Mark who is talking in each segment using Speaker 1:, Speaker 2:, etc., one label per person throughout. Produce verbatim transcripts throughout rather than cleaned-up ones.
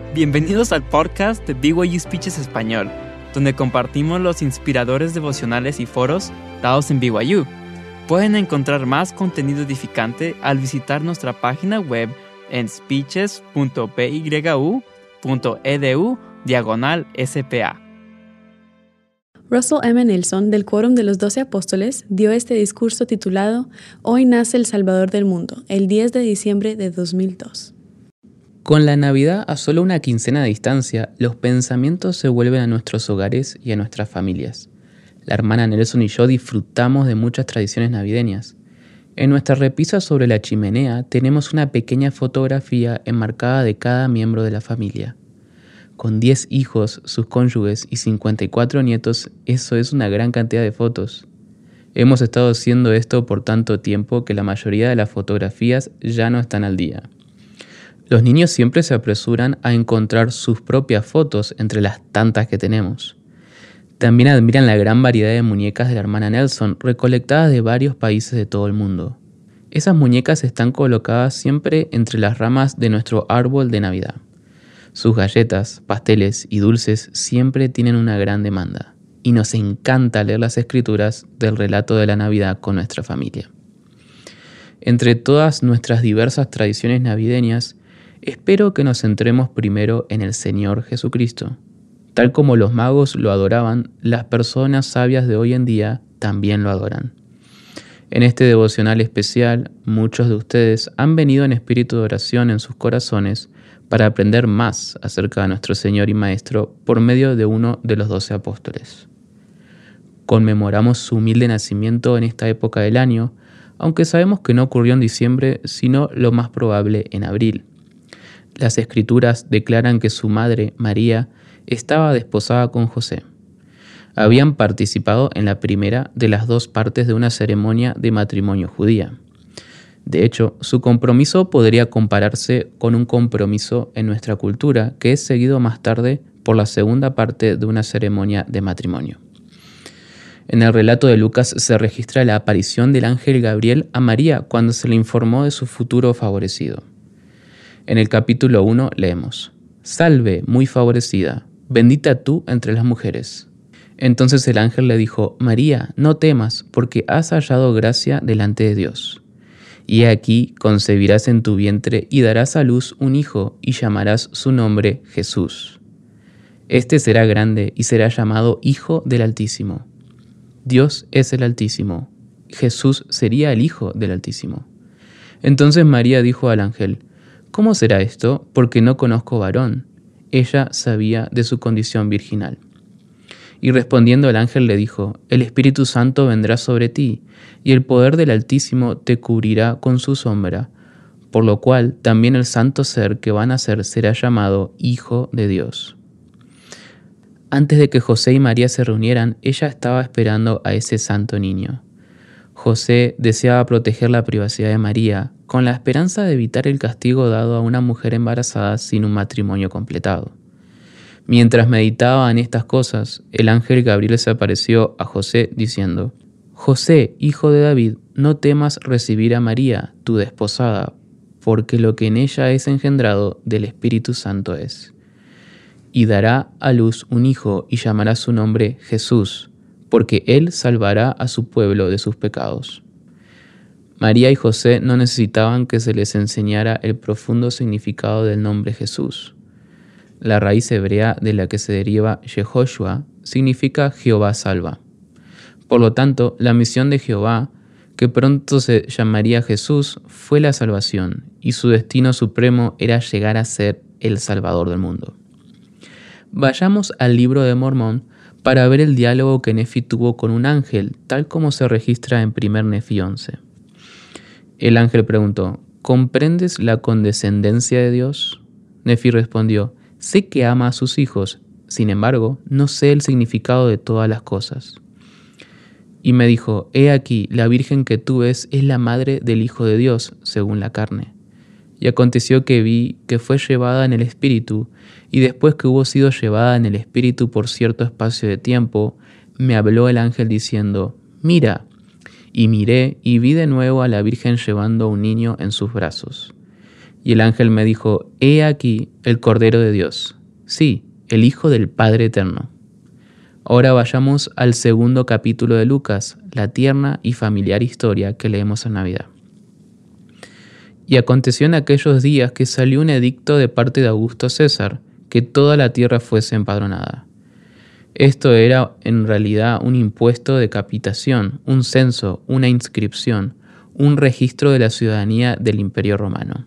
Speaker 1: Bienvenidos al podcast de B Y U Speeches Español, donde compartimos los inspiradores devocionales y foros dados en B Y U. Pueden encontrar más contenido edificante al visitar nuestra página web en speeches punto b y u punto e d u diagonal s p a.
Speaker 2: Russell M. Nelson, del Quórum de los Doce Apóstoles, dio este discurso titulado Hoy nace el Salvador del Mundo, el diez de diciembre de dos mil dos.
Speaker 3: Con la Navidad a solo una quincena de distancia, los pensamientos se vuelven a nuestros hogares y a nuestras familias. La hermana Nelson y yo disfrutamos de muchas tradiciones navideñas. En nuestra repisa sobre la chimenea tenemos una pequeña fotografía enmarcada de cada miembro de la familia. Con diez hijos, sus cónyuges y cincuenta y cuatro nietos, eso es una gran cantidad de fotos. Hemos estado haciendo esto por tanto tiempo que la mayoría de las fotografías ya no están al día. Los niños siempre se apresuran a encontrar sus propias fotos entre las tantas que tenemos. También admiran la gran variedad de muñecas de la hermana Nelson, recolectadas de varios países de todo el mundo. Esas muñecas están colocadas siempre entre las ramas de nuestro árbol de Navidad. Sus galletas, pasteles y dulces siempre tienen una gran demanda, y nos encanta leer las escrituras del relato de la Navidad con nuestra familia. Entre todas nuestras diversas tradiciones navideñas, espero que nos centremos primero en el Señor Jesucristo. Tal como los magos lo adoraban, las personas sabias de hoy en día también lo adoran. En este devocional especial, muchos de ustedes han venido en espíritu de oración en sus corazones para aprender más acerca de nuestro Señor y Maestro por medio de uno de los doce apóstoles. Conmemoramos su humilde nacimiento en esta época del año, aunque sabemos que no ocurrió en diciembre, sino lo más probable en abril. Las Escrituras declaran que su madre, María, estaba desposada con José. Habían participado en la primera de las dos partes de una ceremonia de matrimonio judía. De hecho, su compromiso podría compararse con un compromiso en nuestra cultura, que es seguido más tarde por la segunda parte de una ceremonia de matrimonio. En el relato de Lucas se registra la aparición del ángel Gabriel a María cuando se le informó de su futuro favorecido. En el capítulo uno leemos: Salve, muy favorecida, bendita tú entre las mujeres. Entonces el ángel le dijo: María, no temas, porque has hallado gracia delante de Dios. Y he aquí concebirás en tu vientre y darás a luz un hijo, y llamarás su nombre Jesús. Este será grande y será llamado Hijo del Altísimo. Dios es el Altísimo. Jesús sería el Hijo del Altísimo. Entonces María dijo al ángel: ¿Cómo será esto? Porque no conozco varón. Ella sabía de su condición virginal. Y respondiendo el ángel le dijo: El Espíritu Santo vendrá sobre ti, y el poder del Altísimo te cubrirá con su sombra, por lo cual también el santo ser que va a nacer será llamado Hijo de Dios. Antes de que José y María se reunieran, ella estaba esperando a ese santo niño. José deseaba proteger la privacidad de María, con la esperanza de evitar el castigo dado a una mujer embarazada sin un matrimonio completado. Mientras meditaba en estas cosas, el ángel Gabriel se apareció a José diciendo: José, hijo de David, no temas recibir a María, tu desposada, porque lo que en ella es engendrado del Espíritu Santo es. Y dará a luz un hijo y llamará su nombre Jesús, porque él salvará a su pueblo de sus pecados. María y José no necesitaban que se les enseñara el profundo significado del nombre Jesús. La raíz hebrea de la que se deriva Yehoshua significa Jehová salva. Por lo tanto, la misión de Jehová, que pronto se llamaría Jesús, fue la salvación, y su destino supremo era llegar a ser el Salvador del mundo. Vayamos al libro de Mormón para ver el diálogo que Nefi tuvo con un ángel, tal como se registra en primer Nefi once. El ángel preguntó: ¿Comprendes la condescendencia de Dios? Nefi respondió: Sé que ama a sus hijos, sin embargo, no sé el significado de todas las cosas. Y me dijo: He aquí, la virgen que tú ves es la madre del Hijo de Dios, según la carne. Y aconteció que vi que fue llevada en el espíritu, y después que hubo sido llevada en el espíritu por cierto espacio de tiempo, me habló el ángel diciendo: Mira. Y miré y vi de nuevo a la Virgen llevando a un niño en sus brazos. Y el ángel me dijo: He aquí el Cordero de Dios, sí, el Hijo del Padre Eterno. Ahora vayamos al segundo capítulo de Lucas, la tierna y familiar historia que leemos en Navidad. Y aconteció en aquellos días que salió un edicto de parte de Augusto César, que toda la tierra fuese empadronada. Esto era en realidad un impuesto de capitación, un censo, una inscripción, un registro de la ciudadanía del Imperio Romano.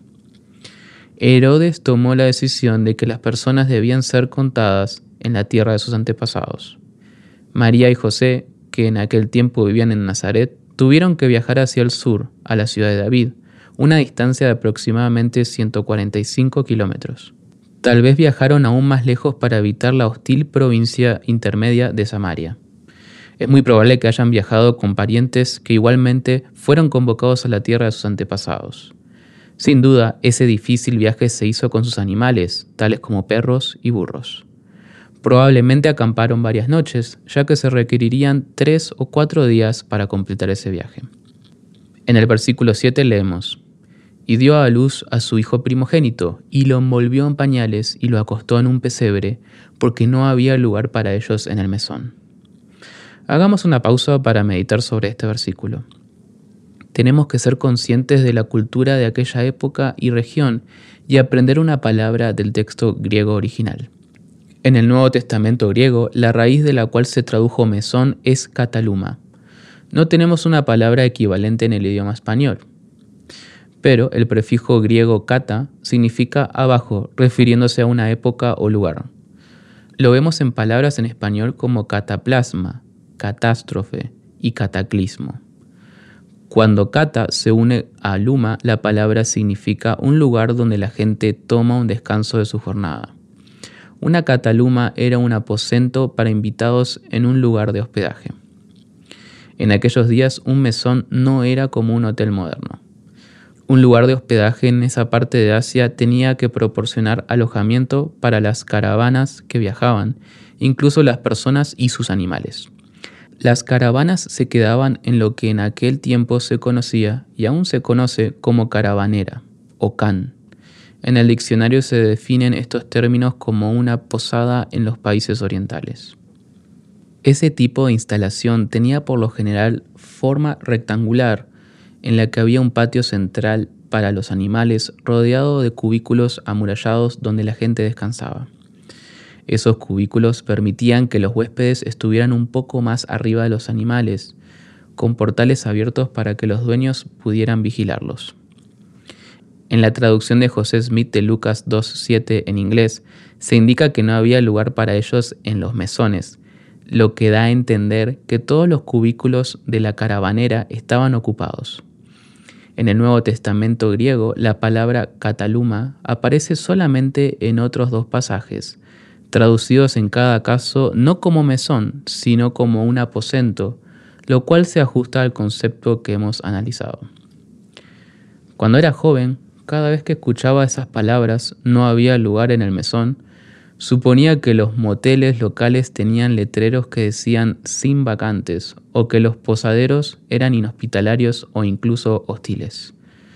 Speaker 3: Herodes tomó la decisión de que las personas debían ser contadas en la tierra de sus antepasados. María y José, que en aquel tiempo vivían en Nazaret, tuvieron que viajar hacia el sur, a la ciudad de David, una distancia de aproximadamente ciento cuarenta y cinco kilómetros. Tal vez viajaron aún más lejos para evitar la hostil provincia intermedia de Samaria. Es muy probable que hayan viajado con parientes que igualmente fueron convocados a la tierra de sus antepasados. Sin duda, ese difícil viaje se hizo con sus animales, tales como perros y burros. Probablemente acamparon varias noches, ya que se requerirían tres o cuatro días para completar ese viaje. En el versículo siete leemos: Y dio a luz a su hijo primogénito, y lo envolvió en pañales y lo acostó en un pesebre, porque no había lugar para ellos en el mesón. Hagamos una pausa para meditar sobre este versículo. Tenemos que ser conscientes de la cultura de aquella época y región y aprender una palabra del texto griego original. En el Nuevo Testamento griego, la raíz de la cual se tradujo mesón es kataluma. No tenemos una palabra equivalente en el idioma español, pero el prefijo griego kata significa abajo, refiriéndose a una época o lugar. Lo vemos en palabras en español como cataplasma, catástrofe y cataclismo. Cuando kata se une a luma, la palabra significa un lugar donde la gente toma un descanso de su jornada. Una cataluma era un aposento para invitados en un lugar de hospedaje. En aquellos días un mesón no era como un hotel moderno. Un lugar de hospedaje en esa parte de Asia tenía que proporcionar alojamiento para las caravanas que viajaban, incluso las personas y sus animales. Las caravanas se quedaban en lo que en aquel tiempo se conocía y aún se conoce como caravanera o khan. En el diccionario se definen estos términos como una posada en los países orientales. Ese tipo de instalación tenía por lo general forma rectangular en la que había un patio central para los animales rodeado de cubículos amurallados donde la gente descansaba. Esos cubículos permitían que los huéspedes estuvieran un poco más arriba de los animales, con portales abiertos para que los dueños pudieran vigilarlos. En la traducción de José Smith de Lucas dos siete en inglés, se indica que no había lugar para ellos en los mesones, lo que da a entender que todos los cubículos de la caravanera estaban ocupados. En el Nuevo Testamento griego, la palabra kataluma aparece solamente en otros dos pasajes, traducidos en cada caso no como mesón, sino como un aposento, lo cual se ajusta al concepto que hemos analizado. Cuando era joven, cada vez que escuchaba esas palabras, no había lugar en el mesón, suponía que los moteles locales tenían letreros que decían sin vacantes o que los posaderos eran inhospitalarios o incluso hostiles.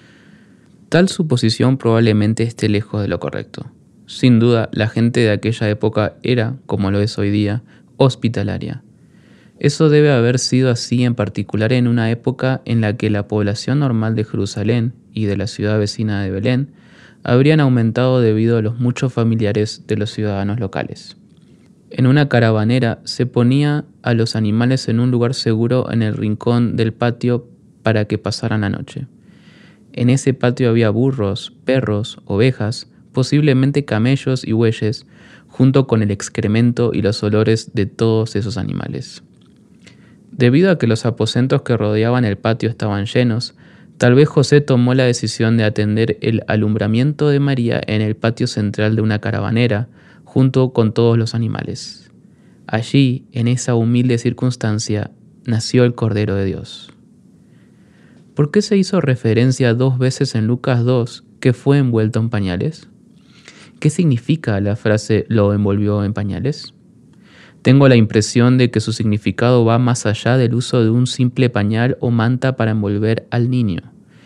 Speaker 3: Tal suposición probablemente esté lejos de lo correcto. Sin duda, la gente de aquella época era, como lo es hoy día, hospitalaria. Eso debe haber sido así en particular en una época en la que la población normal de Jerusalén y de la ciudad vecina de Belén habrían aumentado debido a los muchos familiares de los ciudadanos locales. En una caravanera se ponía a los animales en un lugar seguro en el rincón del patio para que pasaran la noche. En ese patio había burros, perros, ovejas, posiblemente camellos y bueyes, junto con el excremento y los olores de todos esos animales. Debido a que los aposentos que rodeaban el patio estaban llenos, tal vez José tomó la decisión de atender el alumbramiento de María en el patio central de una caravanera, junto con todos los animales. Allí, en esa humilde circunstancia, nació el Cordero de Dios. ¿Por qué se hizo referencia dos veces en Lucas dos que fue envuelto en pañales? ¿Qué significa la frase «lo envolvió en pañales»? Tengo la impresión de que su significado va más allá del uso de un simple pañal o manta para envolver al niño.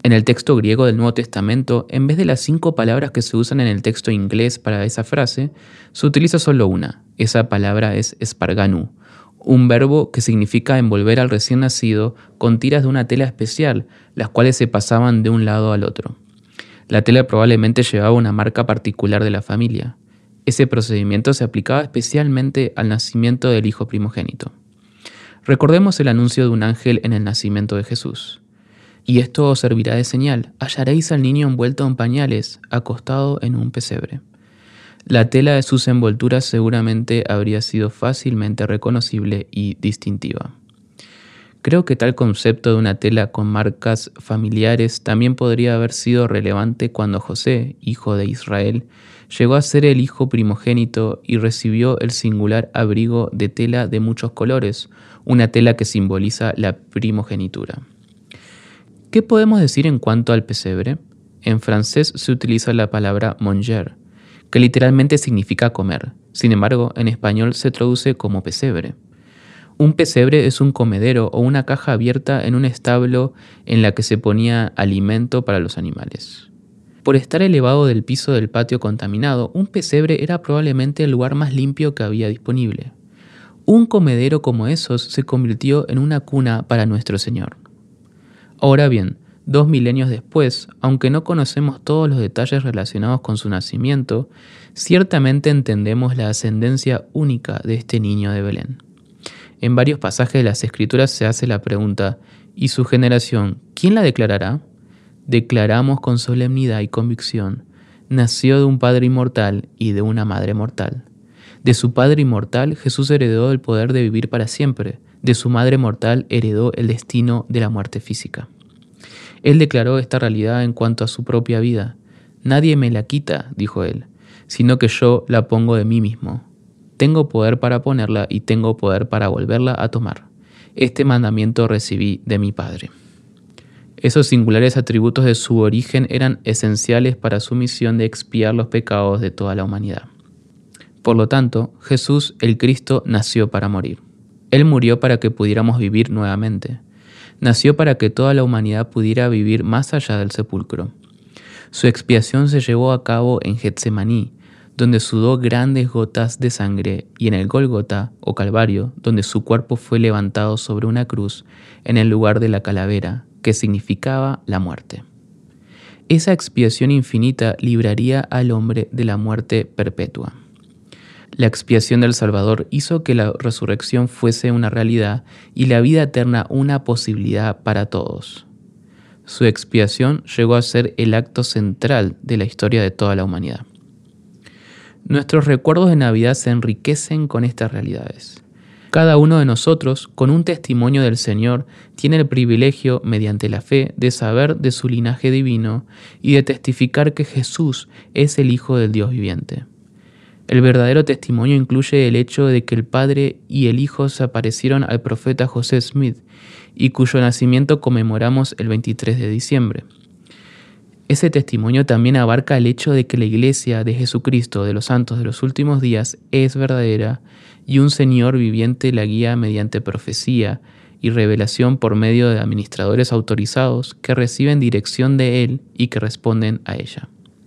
Speaker 3: En el texto griego del Nuevo Testamento, en vez de las cinco palabras que se usan en el texto inglés para esa frase, se utiliza solo una. Esa palabra es esparganu, un verbo que significa envolver al recién nacido con tiras de una tela especial, las cuales se pasaban de un lado al otro. La tela probablemente llevaba una marca particular de la familia. Ese procedimiento se aplicaba especialmente al nacimiento del hijo primogénito. Recordemos el anuncio de un ángel en el nacimiento de Jesús. Y esto os servirá de señal: hallaréis al niño envuelto en pañales, acostado en un pesebre. La tela de sus envolturas seguramente habría sido fácilmente reconocible y distintiva. Creo que tal concepto de una tela con marcas familiares también podría haber sido relevante cuando José, hijo de Israel, llegó a ser el hijo primogénito y recibió el singular abrigo de tela de muchos colores, una tela que simboliza la primogenitura. ¿Qué podemos decir en cuanto al pesebre? En francés se utiliza la palabra manger, que literalmente significa comer. Sin embargo, en español se traduce como pesebre. Un pesebre es un comedero o una caja abierta en un establo en la que se ponía alimento para los animales. Por estar elevado del piso del patio contaminado, un pesebre era probablemente el lugar más limpio que había disponible. Un comedero como esos se convirtió en una cuna para nuestro Señor. Ahora bien, dos milenios después, aunque no conocemos todos los detalles relacionados con su nacimiento, ciertamente entendemos la ascendencia única de este niño de Belén. En varios pasajes de las Escrituras se hace la pregunta: ¿y su generación, quién la declarará? Declaramos con solemnidad y convicción: nació de un padre inmortal y de una madre mortal. De su padre inmortal, Jesús heredó el poder de vivir para siempre. De su madre mortal heredó el destino de la muerte física. Él declaró esta realidad en cuanto a su propia vida. Nadie me la quita, dijo él, sino que yo la pongo de mí mismo. Tengo poder para ponerla y tengo poder para volverla a tomar. Este mandamiento recibí de mi Padre. Esos singulares atributos de su origen eran esenciales para su misión de expiar los pecados de toda la humanidad. Por lo tanto, Jesús, el Cristo, nació para morir. Él murió para que pudiéramos vivir nuevamente. Nació para que toda la humanidad pudiera vivir más allá del sepulcro. Su expiación se llevó a cabo en Getsemaní, donde sudó grandes gotas de sangre, y en el Gólgota, o Calvario, donde su cuerpo fue levantado sobre una cruz en el lugar de la calavera, que significaba la muerte. Esa expiación infinita libraría al hombre de la muerte perpetua. La expiación del Salvador hizo que la resurrección fuese una realidad y la vida eterna una posibilidad para todos. Su expiación llegó a ser el acto central de la historia de toda la humanidad. Nuestros recuerdos de Navidad se enriquecen con estas realidades. Cada uno de nosotros, con un testimonio del Señor, tiene el privilegio, mediante la fe, de saber de su linaje divino y de testificar que Jesús es el Hijo del Dios viviente. El verdadero testimonio incluye el hecho de que el Padre y el Hijo se aparecieron al profeta José Smith y cuyo nacimiento conmemoramos el veintitrés de diciembre. Ese testimonio también abarca el hecho de que la Iglesia de Jesucristo de los Santos de los Últimos Días es verdadera y un Señor viviente la guía mediante profecía y revelación por medio de administradores autorizados que reciben dirección de Él y que responden a ella.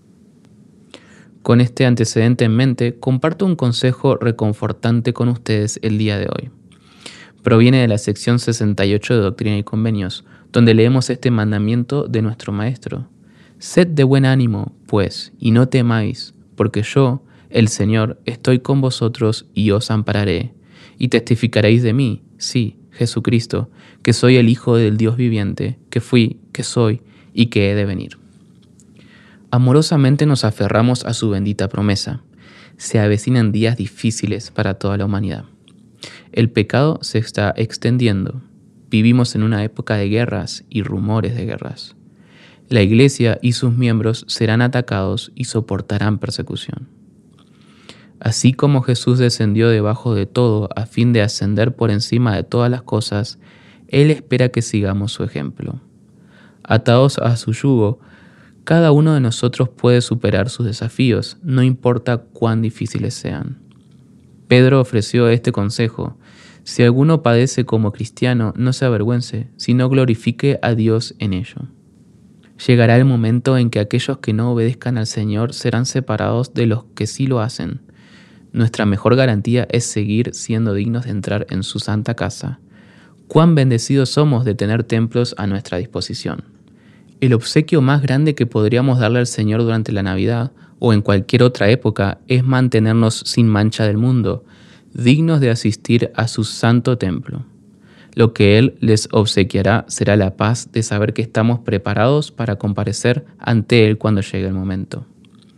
Speaker 3: Con este antecedente en mente, comparto un consejo reconfortante con ustedes el día de hoy. Proviene de la sección sesenta y ocho de Doctrina y Convenios, donde leemos este mandamiento de nuestro Maestro. Sed de buen ánimo, pues, y no temáis, porque yo, el Señor, estoy con vosotros y os ampararé, y testificaréis de mí, sí, Jesucristo, que soy el Hijo del Dios viviente, que fui, que soy y que he de venir. Amorosamente nos aferramos a su bendita promesa. Se avecinan días difíciles para toda la humanidad. El pecado se está extendiendo. Vivimos en una época de guerras y rumores de guerras. La Iglesia y sus miembros serán atacados y soportarán persecución. Así como Jesús descendió debajo de todo a fin de ascender por encima de todas las cosas, Él espera que sigamos su ejemplo. Atados a su yugo, cada uno de nosotros puede superar sus desafíos, no importa cuán difíciles sean. Pedro ofreció este consejo: si alguno padece como cristiano, no se avergüence, sino glorifique a Dios en ello. Llegará el momento en que aquellos que no obedezcan al Señor serán separados de los que sí lo hacen. Nuestra mejor garantía es seguir siendo dignos de entrar en su santa casa. Cuán bendecidos somos de tener templos a nuestra disposición. El obsequio más grande que podríamos darle al Señor durante la Navidad o en cualquier otra época es mantenernos sin mancha del mundo, dignos de asistir a su santo templo. Lo que Él les obsequiará será la paz de saber que estamos preparados para comparecer ante Él cuando llegue el momento.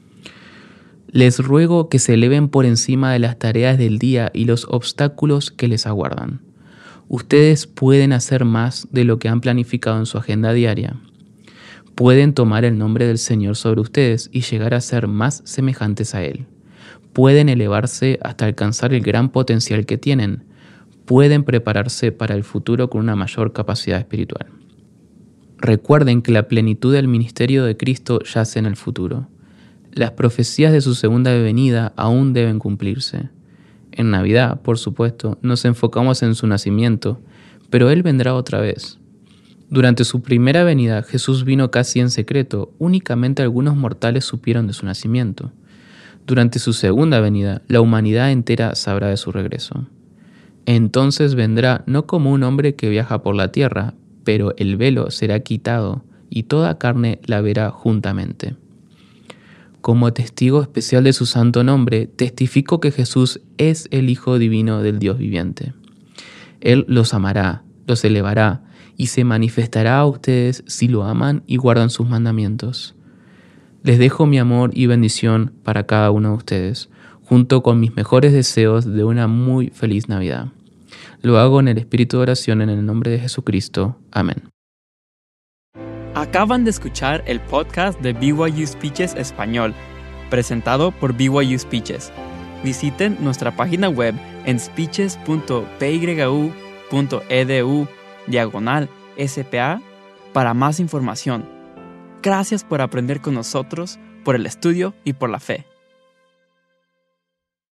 Speaker 3: Les ruego que se eleven por encima de las tareas del día y los obstáculos que les aguardan. Ustedes pueden hacer más de lo que han planificado en su agenda diaria. Pueden tomar el nombre del Señor sobre ustedes y llegar a ser más semejantes a Él. Pueden elevarse hasta alcanzar el gran potencial que tienen. Pueden prepararse para el futuro con una mayor capacidad espiritual. Recuerden que la plenitud del ministerio de Cristo yace en el futuro. Las profecías de su segunda venida aún deben cumplirse. En Navidad, por supuesto, nos enfocamos en su nacimiento, pero Él vendrá otra vez. Durante su primera venida, Jesús vino casi en secreto, únicamente algunos mortales supieron de su nacimiento. Durante su segunda venida, la humanidad entera sabrá de su regreso. Entonces vendrá no como un hombre que viaja por la tierra, pero el velo será quitado y toda carne la verá juntamente. Como testigo especial de su santo nombre, testifico que Jesús es el Hijo Divino del Dios viviente. Él los amará, los elevará y se manifestará a ustedes si lo aman y guardan sus mandamientos. Les dejo mi amor y bendición para cada uno de ustedes, junto con mis mejores deseos de una muy feliz Navidad. Lo hago en el espíritu de oración en el nombre de Jesucristo. Amén.
Speaker 1: Acaban de escuchar el podcast de B Y U Speeches Español, presentado por B Y U Speeches. Visiten nuestra página web en speeches punto p y u punto e d u diagonal S P A para más información. Gracias por aprender con nosotros, por el estudio y por la fe.